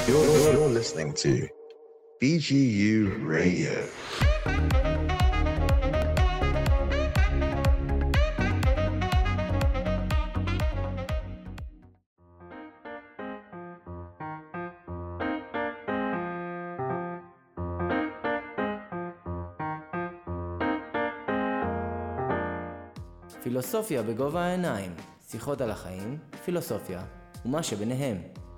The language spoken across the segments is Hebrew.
You're listening to BGU Radio. פילוסופיה בגובה העיניים, שיחות על החיים, פילוסופיה ומה שביניהם.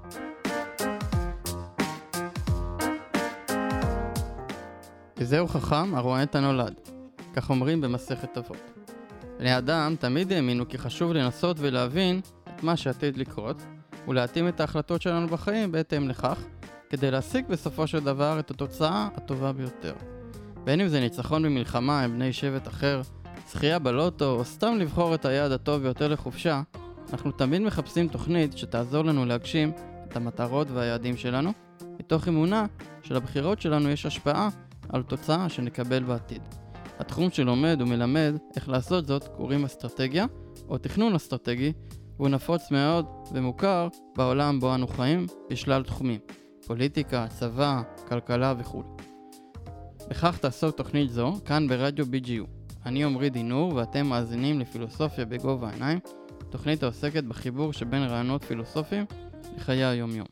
וזהו חכם הרואה את הנולד, כך אומרים במסכת אבות. בני אדם תמיד האמינו כי חשוב לנסות ולהבין את מה שעתיד לקרות, ולהתאים את ההחלטות שלנו בחיים בהתאם לכך, כדי להשיג בסופו של דבר את התוצאה הטובה ביותר. בין אם זה ניצחון במלחמה עם בני שבט אחר, זכייה בלוטו, או סתם לבחור את היעד הטוב ביותר לחופשה, אנחנו תמיד מחפשים תוכנית שתעזור לנו להגשים את המטרות והיעדים שלנו, מתוך אמונה שלבחירות שלנו יש השפעה על תוצאה שנקבל בעתיד. התחום שלומד ומלמד איך לעשות זאת קוראים אסטרטגיה או תכנון אסטרטגי, והוא נפוץ מאוד ומוכר בעולם בו אנו חיים בשלל תחומים, פוליטיקה, צבא, כלכלה וכו'. בכך תעסוק תוכנית זו כאן ברדיו BGU. אני עומרי דינור ואתם מאזינים לפילוסופיה בגובה העיניים, תוכנית העוסקת בחיבור שבין רעיונות פילוסופיים לחיי היום-יום.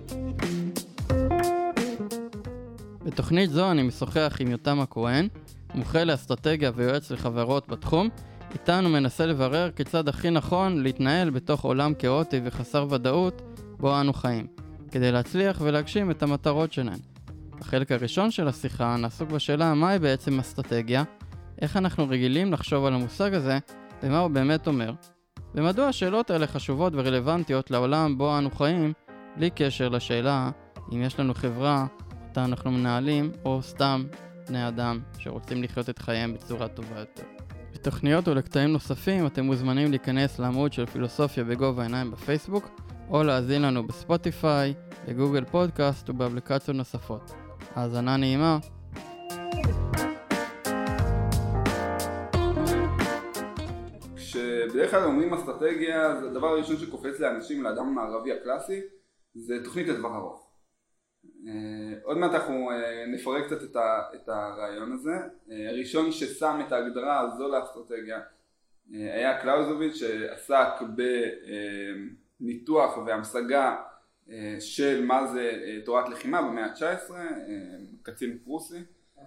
בתוכנית זו אני משוחח עם יותם הכהן, מומחה לאסטרטגיה ויועץ לחברות בתחום. איתנו מנסה לברר כיצד הכי נכון להתנהל בתוך עולם כאוטי וחסר ודאות בו אנו חיים, כדי להצליח ולהגשים את המטרות שלנו. בחלק הראשון של השיחה נעסוק בשאלה מהי בעצם אסטרטגיה, איך אנחנו רגילים לחשוב על המושג הזה ומה הוא באמת אומר, ומדוע השאלות האלה חשובות ורלוונטיות לעולם בו אנו חיים, בלי קשר לשאלה אם יש לנו חברה אותה אנחנו מנהלים, או סתם בני אדם שרוצים לחיות את חייהם בצורה טובה יותר. בתוכניות ולקטעים נוספים אתם מוזמנים להיכנס לעמוד של פילוסופיה בגובה העיניים בפייסבוק, או להאזין לנו בספוטיפיי, בגוגל פודקאסט ובאפליקציות נוספות. האזנה נעימה. כשבדרך כלל אומרים אסטרטגיה, זה הדבר הראשון שקופץ לאנשים, לאדם המערבי הקלאסי, זה תוכנית לטווח ארוך. עוד מעט אנחנו נפרק קצת את הרעיון הזה. הראשון ששם את ההגדרה הזו לאסטרטגיה היה קלאוזוביץ', שעסק בניתוח והמשגה של מה זה תורת לחימה במאה ה-19, קצין פרוסי.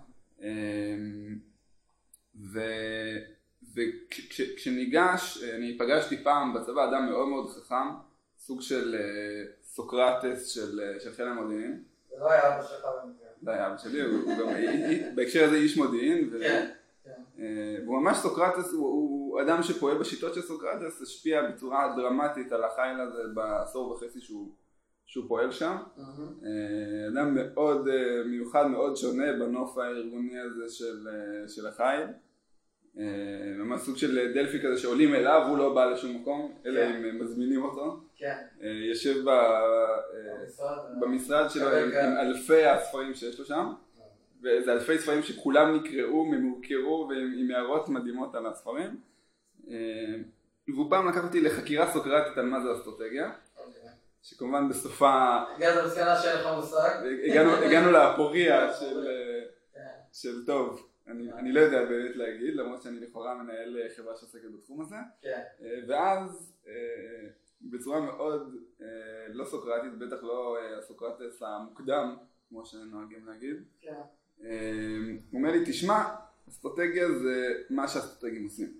וכשניגש, אני פגשתי פעם בצבא אדם מאוד מאוד חכם, סוג של סוקרטס של חיל המודיעין. זה לא היה אבא שלך במקרה. זה היה אבא שלי, הוא גם בהקשר הזה איש מודיעין. והוא ממש סוקרטס, הוא אדם שפועל בשיטות של סוקרטס, השפיע בצורה דרמטית על החיל הזה בעשור וחצי שהוא פועל שם. אדם מאוד מיוחד, מאוד שונה בנוף הארגוני הזה של החיל. ממש סוג של דלפי כזה שעולים אליו, הוא לא בא לשום מקום, אלא אם מזמינים אותו. יושב במשרד שלו עם אלפי הספרים שיש לו שם, וזה אלפי ספרים שכולם נקראו, ממוקרו ועם הערות מדהימות על הספרים. והוא פעם לקח אותי לחקירה סוקרטית על מה זה אסטרטגיה, שכמובן בסופה הגעת למסקנה שאין לך מושג. הגענו לאפוריה של טוב, אני לא יודע באמת להגיד, למרות שאני לכאורה מנהל חברה שעוסקת בתחום הזה. ואז בצורה מאוד לא סוקרטית, בטח לא הסוקרטס המוקדם, כמו שנוהגים להגיד. הוא אומר לי, תשמע, אסטרטגיה זה מה שהאסטרטגים עושים.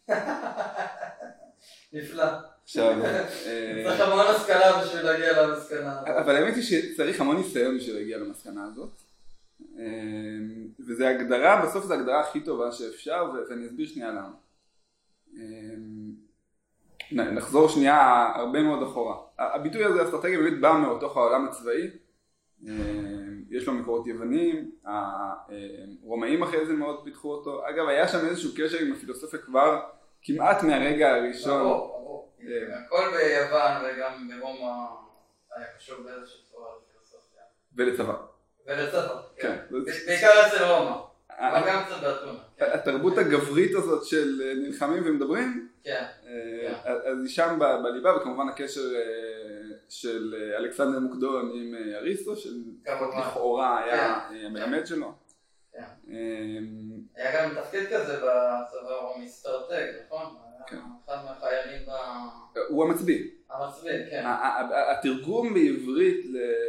נפלא. עכשיו, צריך המון השכלה בשביל להגיע למסקנה. אבל האמת היא שצריך המון ניסיון בשביל להגיע למסקנה הזאת. וזה הגדרה, בסוף זו הגדרה הכי טובה שאפשר, ואני אסביר שנייה למה. נחזור שנייה הרבה מאוד אחורה. הביטוי הזה, אסטרטגיה, באמת בא מאותוך העולם הצבאי. יש לו מקורות יוונים, הרומאים אחרי זה מאוד פיתחו אותו. אגב, היה שם איזשהו קשר עם הפילוסופיה כבר כמעט מהרגע הראשון. הכל ביוון וגם ברומא היה קשור באיזושהי צורה לפילוסופיה. ולצבא. ולצבא, כן. כן. בעיקר אצל רומא, אבל גם קצת באתונה. התרבות הגברית הזאת של נלחמים ומדברים, כן. אז היא שם בליבה, וכמובן הקשר של אלכסנדר מוקדון עם אריסטו, שלכאורה היה המלמד שלו. היה גם תפקיד כזה בצבא, הוא מסטרטג, נכון? היה אחד מהחיילים הוא המצביא. המצביא, כן. התרגום בעברית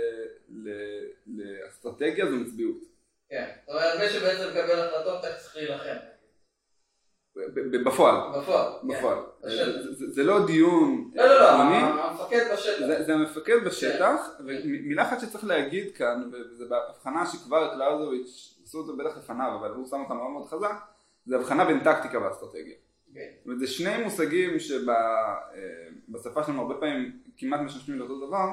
לאסטרטגיה זו מצביעות. כן, זאת אומרת, מי שבעצם מקבל החלטות, איך צריך להילחם. בפועל. בפועל. זה לא דיון. לא, המפקד בשטח. זה המפקד בשטח, ומילה אחת שצריך להגיד כאן, וזה בהבחנה שכבר קלאוזוביץ' עשו אותו בטח לפניו, אבל הוא שם אותה מאוד מאוד חזק, זה הבחנה בין טקטיקה ואסטרטגיה. זאת אומרת, זה שני מושגים שבשפה שלנו הרבה פעמים כמעט משמשים לאותו דבר.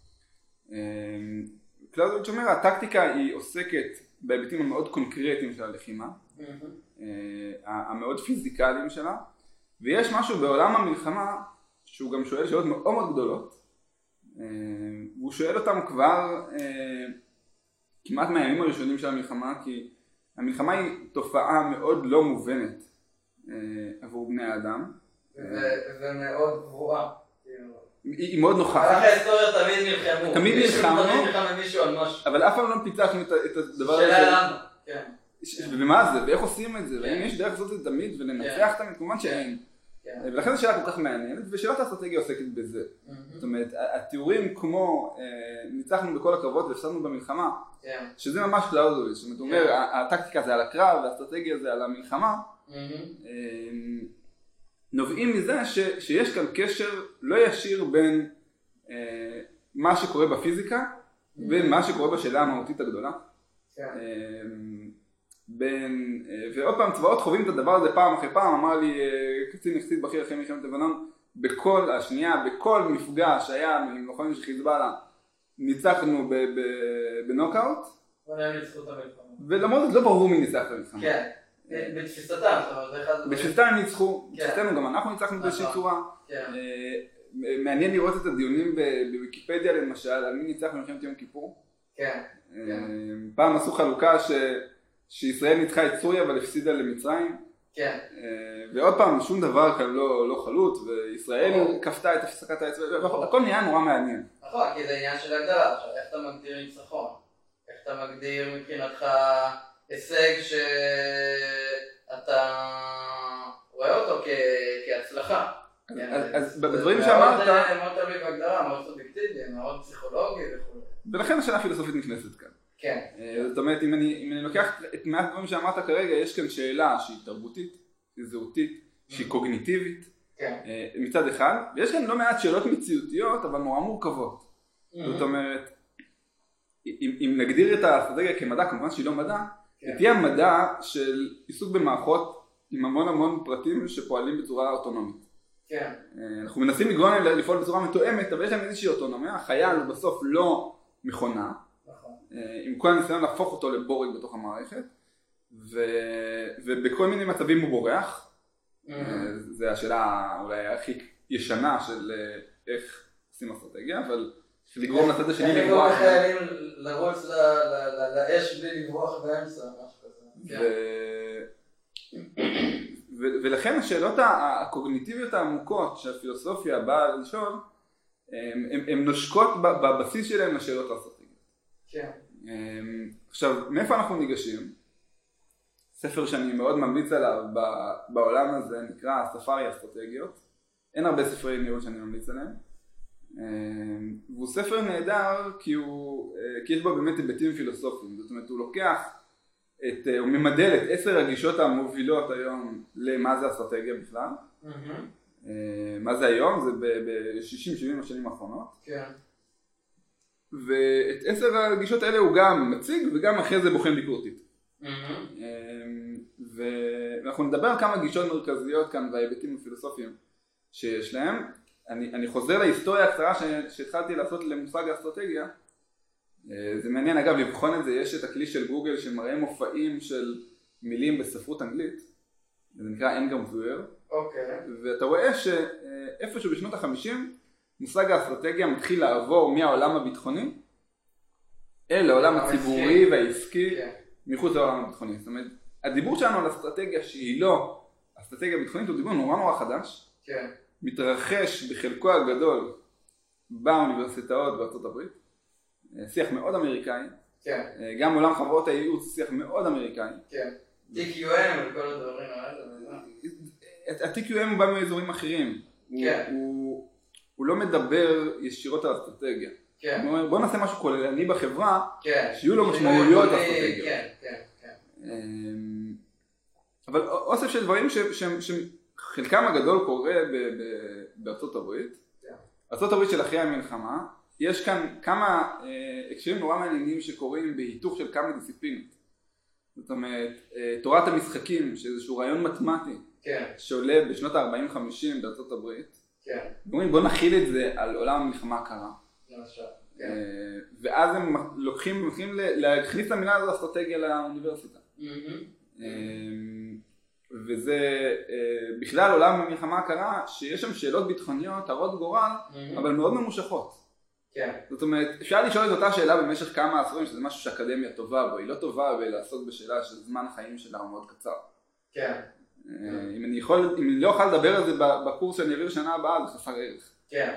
קלאוזוביץ' אומר, הטקטיקה היא עוסקת בהיבטים המאוד קונקרטיים של הלחימה, המאוד פיזיקליים שלה, ויש משהו בעולם המלחמה שהוא גם שואל שאלות מאוד מאוד גדולות, והוא שואל אותם כבר כמעט מהימים הראשונים של המלחמה, כי המלחמה היא תופעה מאוד לא מובנת עבור בני האדם. ומאוד גבוהה. היא מאוד נוחה. אחרי ההיסטוריה תמיד נלחמו. תמיד נלחמנו, מישהו על משהו. אבל אף פעם לא פיצחנו את הדבר הזה. שאלה לנו, כן. ומה זה, ואיך עושים את זה, והאם יש דרך לעשות את זה תמיד ולנצח תמיד, כמובן שאין. ולכן זו שאלה כל כך מעניינת, ושאלת האסטרטגיה עוסקת בזה. זאת אומרת, התיאורים כמו ניצחנו בכל הקרבות והפסדנו במלחמה, שזה ממש קלאוזוביץ', זאת אומרת, הוא אומר, הטקטיקה זה על הקרב והאסטרטגיה זה על המלחמה, נובעים מזה שיש כאן קשר לא ישיר בין מה שקורה בפיזיקה ומה שקורה בשאלה המהותית הגדולה. ועוד פעם, צבאות חווים את הדבר הזה פעם אחרי פעם. אמר לי קצין יחסית בכיר אחרי מלחמת לבנון, בכל מפגש שהיה עם לוחמים של חיזבאללה ניצחנו בנוקאוט, ולמרות זאת לא ברור מי ניצח את המלחמה. כן, בתפיסתם. בתפיסתם הם ניצחו, בתפיסתנו גם אנחנו ניצחנו באיזושהי צורה. מעניין לראות את הדיונים בוויקיפדיה למשל על מי ניצח במלחמת יום כיפור. פעם עשו חלוקה שישראל ניצחה את סוריה אבל הפסידה למצרים. כן. ועוד פעם, שום דבר כאן לא חלוט, וישראל כפתה את הפסקת האצבע, הכל נהיה נורא מעניין. נכון, כי זה עניין של הגדרה. עכשיו, איך אתה מגדיר ניצחון? איך אתה מגדיר מבחינתך הישג שאתה רואה אותו כהצלחה? אז בדברים שאמרת... מאוד תלוי בהגדרה, מאוד סובייקטיבי, מאוד פסיכולוגי וכו'. ולכן השאלה הפילוסופית נכנסת כאן. כן. זאת אומרת, אם אני לוקח את מעט הדברים שאמרת כרגע, יש כאן שאלה שהיא תרבותית, שהיא זהותית, שהיא קוגניטיבית, מצד אחד, ויש כאן לא מעט שאלות מציאותיות, אבל נורא מורכבות. זאת אומרת, אם נגדיר את האסטרטגיה כמדע, כמובן שהיא לא מדע, תהיה מדע של עיסוק במערכות עם המון פרטים שפועלים בצורה אוטונומית. אנחנו מנסים לגרום להם לפעול בצורה מתואמת, אבל יש להם איזושהי אוטונומיה, החייל הוא בסוף לא מכונה, עם כל הניסיון להפוך אותו לבורג בתוך המערכת, ובכל מיני מצבים הוא בורח. זה השאלה אולי הכי ישנה של איך עושים אסטרטגיה, אבל לגרום לצד השני לברוח. איך לגרום לחיילים לרוץ לאש בלי לברוח באמצע, משהו כזה. ולכן השאלות הקוגניטיביות העמוקות שהפילוסופיה באה לשאול, הן נושקות בבסיס שלהן לשאלות האסטרטגיות. כן. עכשיו, מאיפה אנחנו ניגשים? ספר שאני מאוד ממליץ עליו בעולם הזה נקרא ספארי אסטרטגיות. אין הרבה ספרי ניהול שאני ממליץ עליהם. והוא ספר נהדר כי יש בו באמת היבטים פילוסופיים. זאת אומרת, הוא לוקח הוא ממדל את 10 הגישות המובילות היום למה זה אסטרטגיה בכלל. מה זה היום? זה ב-60-70 השנים האחרונות. כן. ואת 10 הגישות האלה הוא גם מציג וגם אחרי זה בוחן ביקורתית. ואנחנו נדבר על כמה גישות מרכזיות כאן וההיבטים הפילוסופיים שיש להם. אני חוזר להיסטוריה הקצרה שהתחלתי לעשות למושג האסטרטגיה. זה מעניין אגב לבחון את זה, יש את הכלי של גוגל שמראה מופעים של מילים בספרות אנגלית, זה נקרא אנגרמפלויר, ואתה רואה שאיפשהו בשנות ה-50 מושג האסטרטגיה מתחיל לעבור מהעולם הביטחוני אל העולם הציבורי והעסקי מחוץ לעולם הביטחוני. זאת אומרת, הדיבור שלנו על אסטרטגיה שהיא לא אסטרטגיה ביטחונית הוא דיבור נורא חדש, מתרחש בחלקו הגדול באוניברסיטאות בארצות הברית, שיח מאוד אמריקאי, כן. גם עולם חברות הייעוץ שיח מאוד אמריקאי. כן. TQM וכל הדברים האלה. ה-TQM הוא בא מאזורים אחרים, כן. הוא לא מדבר ישירות על אסטרטגיה. כן. הוא אומר בוא נעשה משהו כוללני בחברה, כן. שיהיו לו משמעויות אסטרטגיות. כן, כן, כן. אבל אוסף של דברים שחלקם הגדול קורה בארצות הברית. ארצות הברית של אחרי המלחמה, יש כאן כמה הקשרים נורא מעניינים שקורים בהיתוך של כמה דיסציפלינות. זאת אומרת, תורת המשחקים, שאיזשהו רעיון מתמטי, כן. שעולה בשנות ה-40-50 בארצות הברית. כן. אומרים בוא נכיל את זה על עולם המלחמה הקרה. למשל. ואז הם מתחילים להכניס את המילה הזו אסטרטגיה לאוניברסיטה. וזה בכלל עולם המלחמה הקרה שיש שם שאלות ביטחוניות הרות גורל, אבל מאוד ממושכות. כן. זאת אומרת, אפשר לשאול את אותה שאלה במשך כמה עשורים, שזה משהו שאקדמיה טובה בו, היא לא טובה בלעסוק בשאלה של זמן החיים שלה הוא מאוד קצר. כן. אם אני לא אוכל לדבר על זה בקורס שאני אעביר שנה הבאה, זה חסר ערך. כן.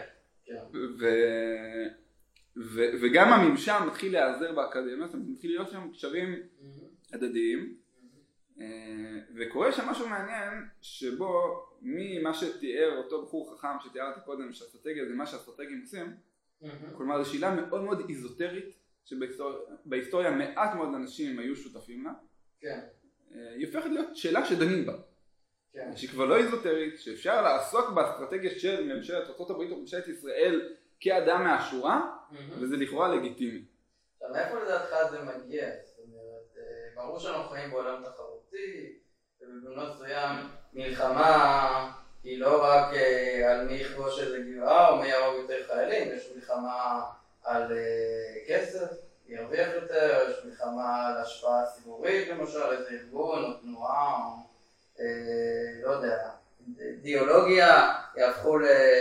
וגם הממשל מתחיל להיעזר באקדמיה, זאת אומרת, מתחיל להיות שם קשרים הדדיים, וקורה שם משהו מעניין, שבו ממה שתיאר אותו בחור חכם שתיארתי קודם, שהאסטרטגיה זה מה שהאסטרטגים עושים, כלומר זו שאלה מאוד מאוד איזוטרית, שבהיסטוריה מעט מאוד אנשים היו שותפים לה, היא הופכת להיות שאלה שדנים בה. שהיא כבר לא איזוטרית, שאפשר לעסוק באסטרטגיה של ממשלת ארצות הברית או ממשלת ישראל כאדם מהשורה, וזה לכאורה לגיטימי. עכשיו, מאיפה לדעתך זה מגיע? זאת אומרת, ברור שאנחנו חיים בעולם תחרותי, ובבנות מסוים מלחמה היא לא רק על מי יכבוש איזה גבעה או מי יהרוג יותר חיילים, יש מלחמה על כסף, ירוויח יותר, יש מלחמה על השפעה ציבורית למשל, איזה ארגון או תנועה או לא יודע, אידיאולוגיה יהפכו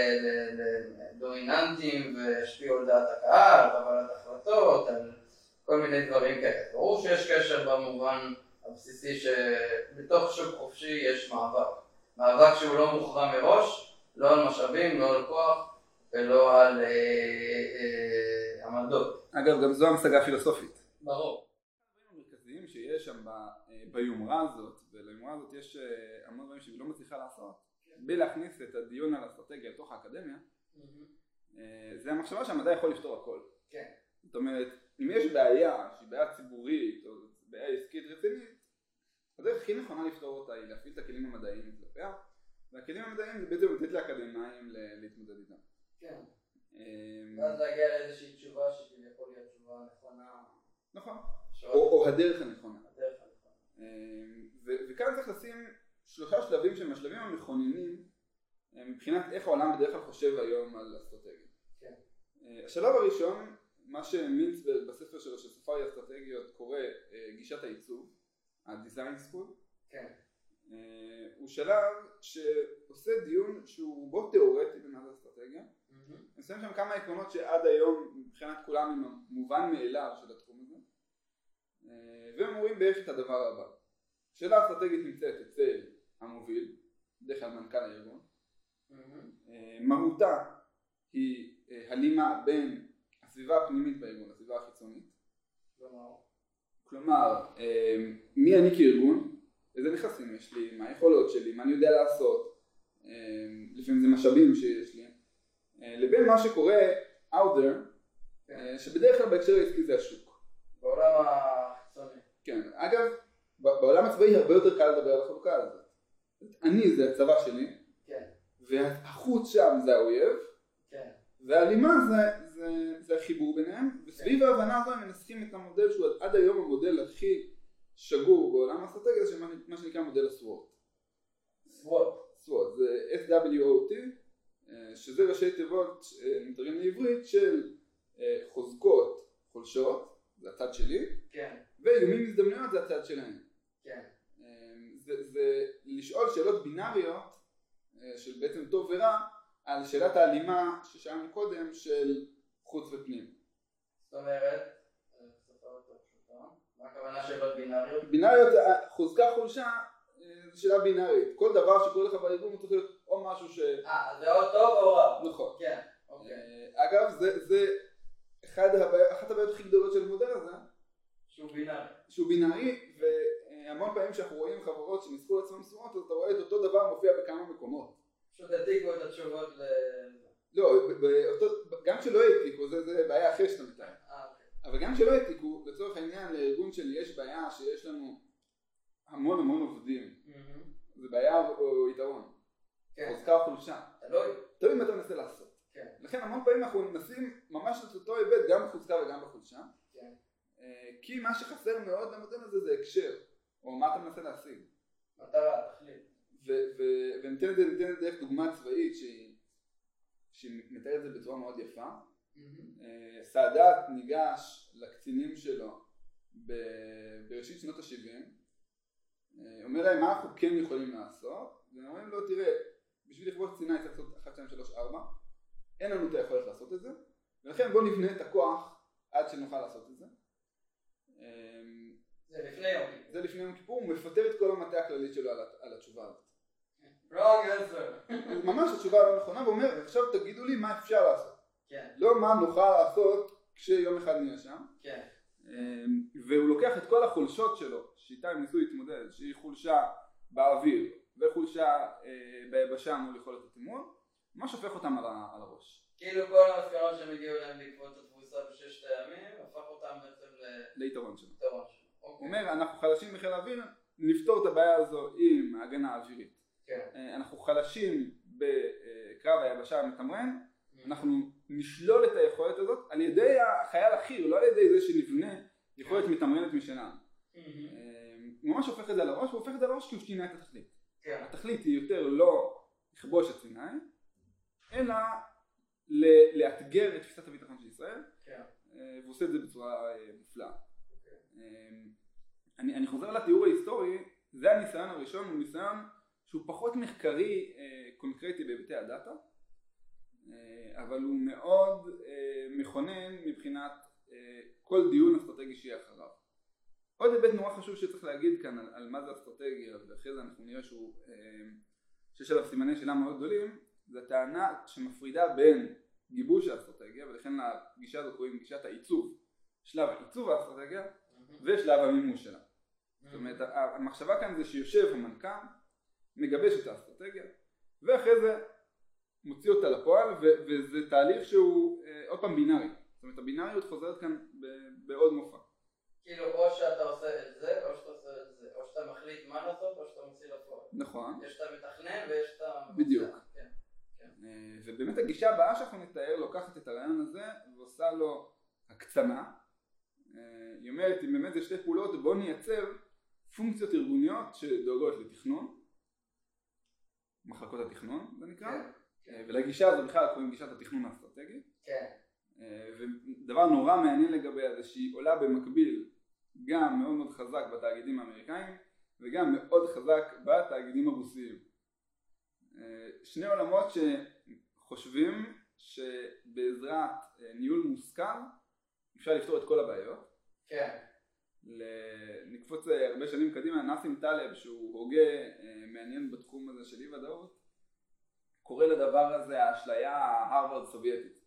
לדומיננטים וישפיעו על דעת הקהל, קבלת החלטות, על כל מיני דברים כאלה. ברור שיש קשר במובן הבסיסי שבתוך שוק חופשי יש מאבק שהוא לא מוכרע מראש, לא על משאבים, לא על כוח ולא על עמדות. אגב, גם זו המשגה פילוסופית. ברור. המרכזיים שיש שם ביומרה הזאת, וליומרה הזאת יש המון דברים שהיא לא מצליחה לעשות, בלהכניס את הדיון על אסטרטגיה לתוך האקדמיה, זה המחשבה שהמדע יכול לפתור הכל. זאת אומרת, אם יש בעיה שהיא בעיה ציבורית או בעיה עסקית רצינית, הדרך הכי נכונה לפתור אותה היא להפעיל את הכלים המדעיים כלפיה, והכלים המדעיים זה בעצם לתת לאקדמאים להתמודד איתם. כן. ואז להגיע לאיזושהי תשובה שכביכול להיות תשובה נכונה. נכון. או הדרך הנכונה. וכאן צריך לשים 3 שלבים שהם השלבים המכוננים מבחינת איך העולם בדרך כלל חושב היום על אסטרטגיה. כן. השלב הראשון, מה שמינץ בספר שלו של ספרי אסטרטגיות קורא גישת העיצוב, ה-Design School. כן. הוא שלב שעושה דיון שהוא רובו תיאורטי במעט האסטרטגיה. נסיים שם כמה עקרונות שעד היום מבחינת כולם הם מובן מאליו של התחום הזה. והם אומרים בערך את הדבר הבא. שאלה אסטרטגית נמצאת אצל המוביל, בדרך כלל מנכ"ל הארגון. מהותה היא הלימה בין הסביבה הפנימית בארגון לסביבה החיצונית. כלומר, מי אני כארגון, איזה נכסים יש לי, מה היכולות שלי, מה אני יודע לעשות, לפעמים זה משאבים שיש לי, לבין מה שקורה out there, שבדרך כלל בהקשר העסקי זה השוק. בעולם החיצוני. כן, אגב, בעולם הצבאי הרבה יותר קל לדבר על החלוקה הזאת. אני זה הצבא שלי, והחוץ שם זה האויב, והלימה זה החיבור ביניהם, וסביב ההבנה הזו הם מנסחים את המודל שהוא עד היום המודל הכי שגור בעולם האסטרטגיה, זה מה שנקרא מודל הסוואט. סוואט, זה SWOT, שזה ראשי תיבות מתרגם לעברית של חוזקות, חולשות, זה הצד שלי, ואיומים הזדמנויות זה הצד שלהם. זה לשאול שאלות בינאריות של בעצם טוב ורע על שאלת ההלימה ששאלנו קודם של חוץ ופנים. זאת אומרת, מה הכוונה שאלות בינאריות? בינאריות, חוזקה חולשה זו שאלה בינארית. כל דבר שקורה לך בארגון הוא צריך להיות או משהו ש... זה או טוב או רע. נכון. כן. אגב, זה אחת הבעיות הכי גדולות של המודל הזה, שהוא בינארי, והמון פעמים שאנחנו רואים חברות שמספור לעצמם סורות, אז אתה רואה את אותו דבר מופיע בכמה מקומות. פשוט העתיקו את התשובות לא, גם כשלא העתיקו, זה בעיה אחרי שאתה מתאר. אבל גם כשלא העתיקו, לצורך העניין לארגון שלי יש בעיה שיש לנו המון עובדים. זה בעיה או יתרון. חוזקה או חולשה. תלוי מה אתה מנסה לעשות. לכן המון פעמים אנחנו מנסים ממש את אותו היבט גם בחוזקה וגם בחולשה. כי מה שחסר מאוד למודל הזה זה הקשר, או מה אתה מנסה להשיג. מטרה, תחליט. וניתן את זה דרך דוגמה צבאית שמתאר את זה בצורה מאוד יפה. סאדאת ניגש לקצינים שלו בראשית שנות ה-70, אומר להם מה אנחנו כן יכולים לעשות, והם אומרים לו תראה, בשביל לכבוש סיני צריך לעשות 1, 2, 3, 4, אין לנו את היכולת לעשות את זה, ולכן בוא נבנה את הכוח עד שנוכל לעשות את זה. זה לפני יום כיפור, הוא מפטר את כל המטה הכללית שלו על התשובה הזאת. wrong answer. ממש התשובה לא נכונה, ואומר עכשיו תגידו לי מה אפשר לעשות. לא מה נוכל לעשות כשיום אחד נהיה שם. והוא לוקח את כל החולשות שלו, שאיתה הם ניסו להתמודד, שהיא חולשה באוויר וחולשה ביבשה מול יכולת התימון, ממש הופך אותם על הראש. כאילו כל המסקנות שהם הגיעו להם בעקבות התבוסה בששת הימים, הפך אותם בעצם ליתרון שלו. הוא אומר אנחנו חלשים בחיל האוויר, נפתור את הבעיה הזו עם ההגנה האווירית. אנחנו חלשים בקרב היבשה המתמרן, אנחנו נשלול את היכולת הזאת על ידי החייל החי"ר, לא על ידי זה שנבנה יכולת מתמרנת משלנו. הוא ממש הופך את זה על הראש, הוא הופך את זה על הראש כי הוא שינה את התכלית. התכלית היא יותר לא לכבוש את סיני, אלא לאתגר את תפיסת הביטחון של ישראל, והוא עושה את זה בצורה מופלאה. אני חוזר לתיאור ההיסטורי, זה הניסיון הראשון, הוא ניסיון שהוא פחות מחקרי קונקרטי בהיבטי הדאטה, אבל הוא מאוד מכונן מבחינת כל דיון אסטרטגי שיהיה אחריו. עוד היבט נורא חשוב שצריך להגיד כאן על מה זה אסטרטגיה, ואחרי זה אנחנו נראה שיש עליו סימני שאלה מאוד גדולים, זה הטענה שמפרידה בין גיבוש האסטרטגיה, ולכן לגישה הזו קוראים גישת העיצוב, שלב עיצוב האסטרטגיה ושלב המימוש שלה. זאת אומרת, המחשבה כאן זה שיושב המנכ"ל, מגבש את האסטרטגיה, ואחרי זה מוציא אותה לפועל, וזה תהליך שהוא עוד פעם בינארי. זאת אומרת, הבינאריות חוזרת כאן בעוד מופע. כאילו, או שאתה עושה את זה, או שאתה עושה את זה, או שאתה מחליט מה לעשות, או שאתה מוציא לפועל. נכון. יש את המתכנן ויש את המוצא. בדיוק. ובאמת הגישה הבאה שאנחנו נתאר לוקחת את הרעיון הזה, ועושה לו הקצנה. היא אומרת, אם באמת זה שתי פעולות, בואו נייצר פונקציות ארגוניות שדואגות לתכנון, מחלקות התכנון זה נקרא, ולגישה הזו בכלל קוראים גישת התכנון האסטרטגי. ודבר נורא מעניין לגביה זה שהיא עולה במקביל גם מאוד מאוד חזק בתאגידים האמריקאים וגם מאוד חזק בתאגידים הרוסיים. שני עולמות שחושבים שבעזרת ניהול מושכל אפשר לפתור את כל הבעיות. נקפוץ הרבה שנים קדימה, נסים טלב שהוא הוגה מעניין בתחום הזה של אי ודאות, קורא לדבר הזה האשליה ההרווארד סובייטית.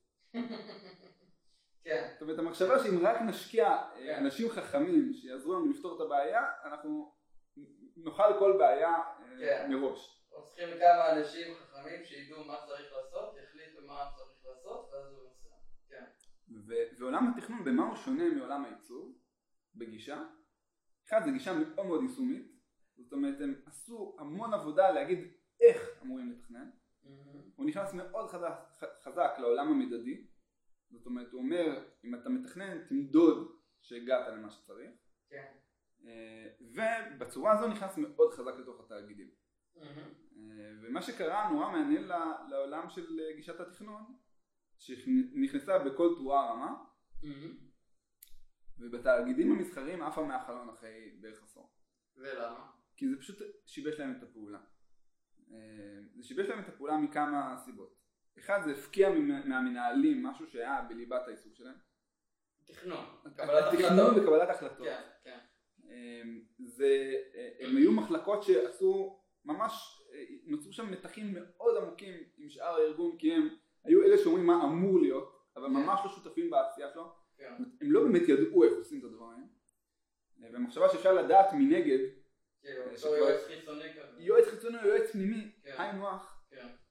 כן. זאת אומרת, המחשבה שאם רק נשקיע אנשים חכמים שיעזרו לנו לפתור את הבעיה, אנחנו נוכל כל בעיה מראש. צריכים כמה אנשים חכמים שידעו מה צריך לעשות, יחליטו מה צריך לעשות, ואז הוא עושה. כן. ועולם התכנון, במה הוא שונה מעולם העיצוב? בגישה. אחד, זה גישה מאוד מאוד יישומית. זאת אומרת, הם עשו המון עבודה להגיד איך אמורים לתכנן. הוא נכנס מאוד חזק לעולם המדדי. זאת אומרת, הוא אומר, אם אתה מתכנן, תמדוד שהגעת למה שצריך. כן. ובצורה הזו נכנס מאוד חזק לתוך התאגידים. ומה שקרה נורא מעניין לעולם של גישת התכנון, שנכנסה בכל תרועה רמה, ובתאגידים המסחריים עפה מהחלון אחרי בערך עשור. ולמה? כי זה פשוט שיבש להם את הפעולה. זה שיבש להם את הפעולה מכמה סיבות. אחד, זה הפקיע מהמנהלים משהו שהיה בליבת העיסוק שלהם. תכנון. תכנון וקבלת החלטות. כן, כן. הם היו מחלקות שעשו ממש, נוצרו שם מתחים מאוד עמוקים עם שאר הארגון, כי הם היו אלה שאומרים מה אמור להיות, אבל ממש לא שותפים בעשייה שלו. הם לא באמת ידעו איך עושים את הדברים. והמחשבה שאפשר לדעת מנגד, יועץ חיצוני כזה. יועץ חיצוני או יועץ פנימי, היינו הך,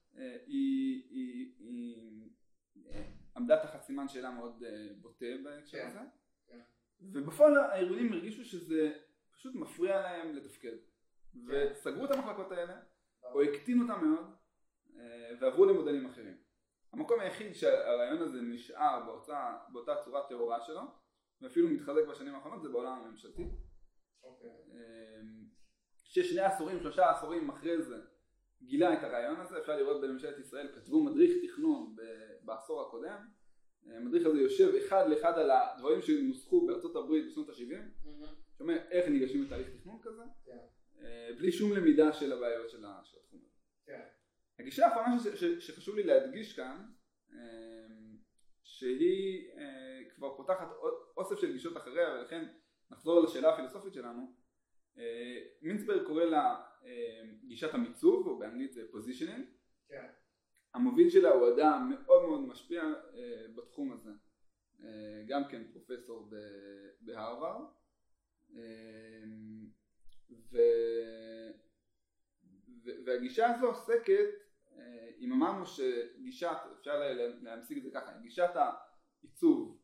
היא עמדה תחת סימן שאלה מאוד בוטה בהקשר הזה. ובפועל הארגונים הרגישו שזה פשוט מפריע להם לתפקד. וסגרו את המחלקות האלה, או הקטינו אותם מאוד, ועברו למודלים אחרים. המקום היחיד שהרעיון הזה נשאר באותה צורה טהורה שלו, ואפילו מתחזק בשנים האחרונות, זה בעולם הממשלתי. ששני עשורים, 3 עשורים אחרי זה, גילה את הרעיון הזה. אפשר לראות בממשלת ישראל, כתבו מדריך תכנון בעשור הקודם. המדריך הזה יושב אחד לאחד על הדברים שנוסחו בארצות הברית בשנות ה-70, שאומר איך ניגשים לתהליך תכנון כזה, בלי שום למידה של הבעיות של התחום הזה. הגישה האחרונה שחשוב לי להדגיש כאן, שהיא כבר פותחת אוסף של גישות אחריה, ולכן נחזור לשאלה הפילוסופית שלנו. מינצברג קורא לה גישת המיצוב, או באנגלית זה positioning. המוביל שלה הוא אדם מאוד מאוד משפיע בתחום הזה, גם כן פרופסור בהרווארד. והגישה הזו עוסקת, אם אמרנו שגישת, אפשר להמשיג את זה ככה, גישת העיצוב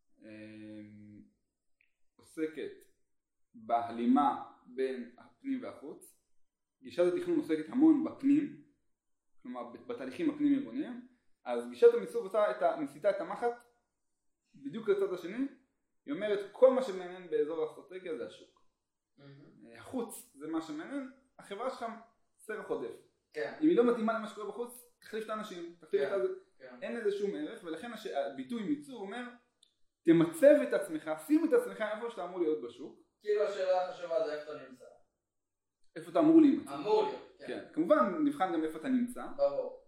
עוסקת בהלימה בין הפנים והחוץ, גישת התכנון עוסקת המון בפנים, כלומר בתהליכים הפנים ארגוניים, אז גישת המיצוב ניסיתה את המחט בדיוק לצד השני. היא אומרת כל מה שמעניין באזור האסטרטגיה זה השוק, החוץ זה מה שמעניין, החברה שלך סרח עודף. אם היא לא מתאימה למה שקורה בחוץ, תחליף את האנשים, אין לזה שום ערך. ולכן הביטוי מיצוב אומר תמצב את עצמך, שים את עצמך איפה שאתה אמור להיות בשוק. כאילו השאלה החשובה זה איפה אתה נמצא, איפה אתה אמור להימצא. אמור להיות, כן. כמובן נבחן גם איפה אתה נמצא. ברור.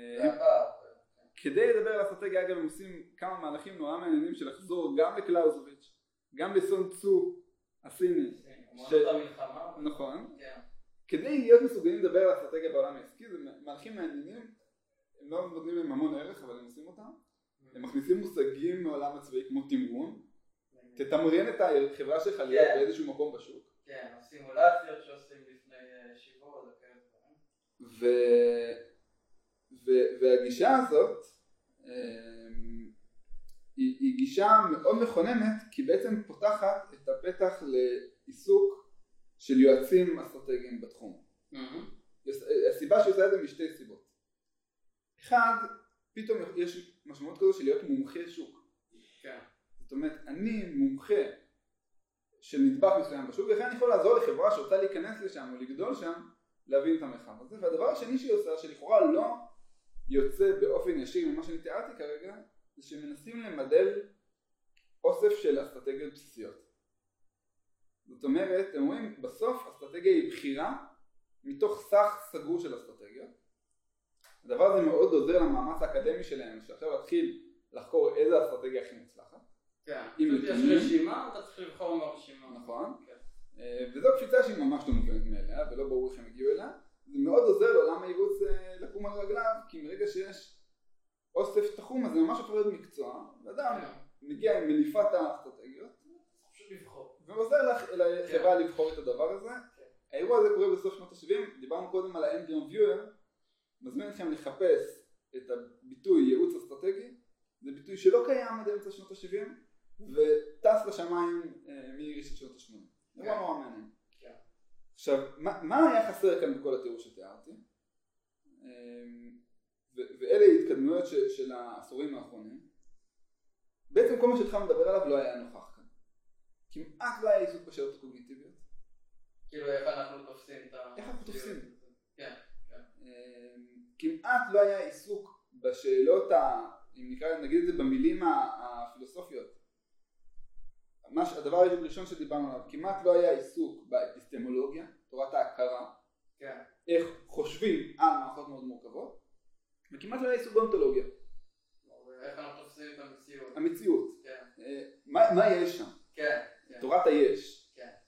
כדי לדבר על אסטרטגיה, אגב, הם עושים כמה מהלכים נורא מעניינים של לחזור גם לקלאוזוביץ', גם לסון צו הסיני. נכון. כדי להיות מסוגלים לדבר על אסטרטגיה בעולם העסקי, זה מהלכים מעניינים, הם לא נותנים להם המון ערך, אבל הם עושים אותם. הם מכניסים מושגים מעולם הצבאי כמו תמרון, תתמרן את החברה שלך להיות באיזשהו מקום בשוק. כן, הסימולציות שעושים לפני שיוור, זה כאלה. והגישה הזאת היא גישה מאוד מכוננת, כי בעצם פותחת את הפתח לעיסוק של יועצים אסטרטגיים בתחום. הסיבה שעושה את זה משתי סיבות. אחד, פתאום יש משמעות כזו של להיות מומחה שוק. זאת אומרת, אני מומחה של נדבך מסוים בשוק, ולכן אני יכול לעזור לחברה שרוצה להיכנס לשם או לגדול שם, להבין את המרחב הזה. והדבר השני שהיא עושה, שלכאורה לא יוצא באופן ישיר ממה שאני תיארתי כרגע, זה שמנסים למדל אוסף של אסטרטגיות בסיסיות. זאת אומרת, הם אומרים, בסוף אסטרטגיה היא בחירה מתוך סך סגור של אסטרטגיות. הדבר הזה מאוד עוזר למאמץ האקדמי שלהם, שעכשיו להתחיל לחקור איזה אסטרטגיה הכי מוצלחת. כן, יש רשימה, אתה צריך לבחור מהרשימה. נכון. וזו קפיצה שהיא ממש לא מובנת מאליה, ולא ברור איך הם הגיעו אליה. זה מאוד עוזר לעולם הייעוץ לקום על רגליו, כי מרגע שיש אוסף תחום, אז זה ממש הופך להיות מקצוע, ואדם מגיע עם מניפת האסטרטגיות, ועוזר לחברה לבחור את הדבר הזה. האירוע הזה קורה בסוף שנות ה-70, דיברנו קודם על ה-End Viewer, מזמין אתכם לחפש את הביטוי ייעוץ אסטרטגי, זה ביטוי שלא קיים עד אמצע שנות ה-70, וטס לשמיים מראשית שנות ה-80. אירוע נורא מעניין. עכשיו, מה היה חסר כאן בכל התיאור שתיארתי? ואלה התקדמויות של העשורים האחרונים. בעצם כל מה שהתחלנו לדבר עליו לא היה נוכח כאן. כמעט לא היה עיסוק בשאלות הקוגניטיביות. כאילו איך אנחנו תופסים את ה... איך אנחנו תופסים? כן. כמעט לא היה עיסוק בשאלות, אם נגיד את זה במילים הפילוסופיות. הדבר הראשון שדיברנו עליו, כמעט לא היה עיסוק באפיסטמולוגיה, תורת ההכרה, איך חושבים על מערכות מאוד מורכבות, וכמעט לא היה עיסוק באונתולוגיה. איך אנחנו תופסים את המציאות. המציאות. מה יש שם? תורת היש.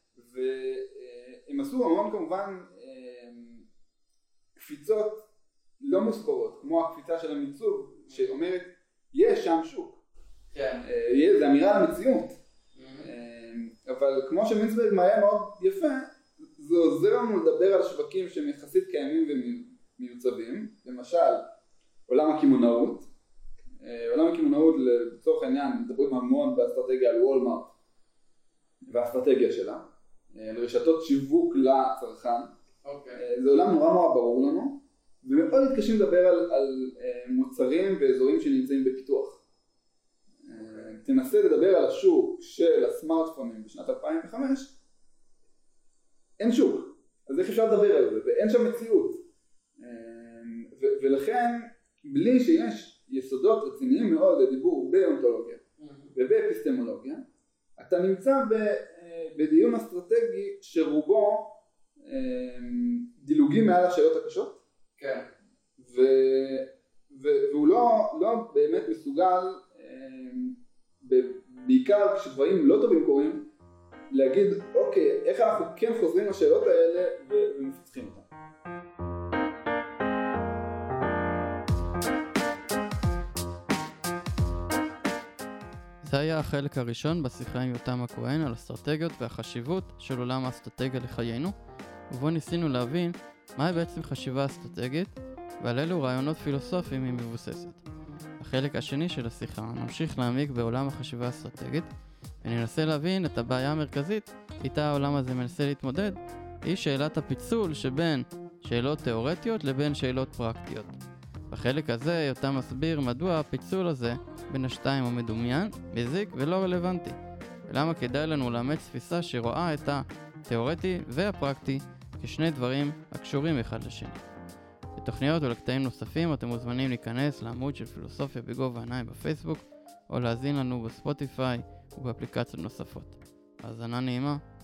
והם עשו המון כמובן קפיצות לא מוסברות, כמו הקפיצה של המיצוב, שאומרת, יש שם שוק. כן. זה אמירה על המציאות. אבל כמו שמינסברג מראה מאוד יפה, זה עוזר לנו לדבר על שווקים שהם יחסית קיימים ומיוצבים, למשל עולם הקמעונאות. עולם הקמעונאות לצורך העניין מדברים המון באסטרטגיה על וולמארט והאסטרטגיה שלה, על רשתות שיווק לצרכן. זה עולם נורא ברור לנו, ומאוד מתקשים לדבר על מוצרים ואזורים שנמצאים בפיתוח. תנסה לדבר על השוק של הסמארטפונים בשנת 2005, אין שוק, אז איך אפשר לדבר על זה? ואין שם מציאות. ולכן, בלי שיש יסודות רציניים מאוד לדיבור באונתולוגיה ובאפיסטמולוגיה, אתה נמצא בדיון אסטרטגי שרובו דילוגים מעל השאלות הקשות. כן. והוא לא באמת מסוגל, בעיקר כשדברים לא טובים קורים, להגיד, אוקיי, איך אנחנו כן חוזרים לשאלות האלה ומפתחים אותם. זה היה החלק הראשון בשיחה עם יותם הכהן על אסטרטגיות והחשיבות של עולם האסטרטגיה לחיינו, ובו ניסינו להבין מהי בעצם חשיבה אסטרטגית ועל אילו רעיונות פילוסופיים היא מבוססת. בחלק השני של השיחה נמשיך להעמיק בעולם החשיבה האסטרטגית וננסה להבין את הבעיה המרכזית איתה העולם הזה מנסה להתמודד, היא שאלת הפיצול שבין שאלות תיאורטיות לבין שאלות פרקטיות. בחלק הזה יותם מסביר מדוע הפיצול הזה בין השתיים הוא מדומיין, מזיק ולא רלוונטי, ולמה כדאי לנו לאמץ תפיסה שרואה את התיאורטי והפרקטי כשני דברים הקשורים אחד לשני. לתוכניות ולקטעים נוספים אתם מוזמנים להיכנס לעמוד של פילוסופיה בגובה העיניים בפייסבוק, או להאזין לנו בספוטיפיי ובאפליקציות נוספות. האזנה נעימה.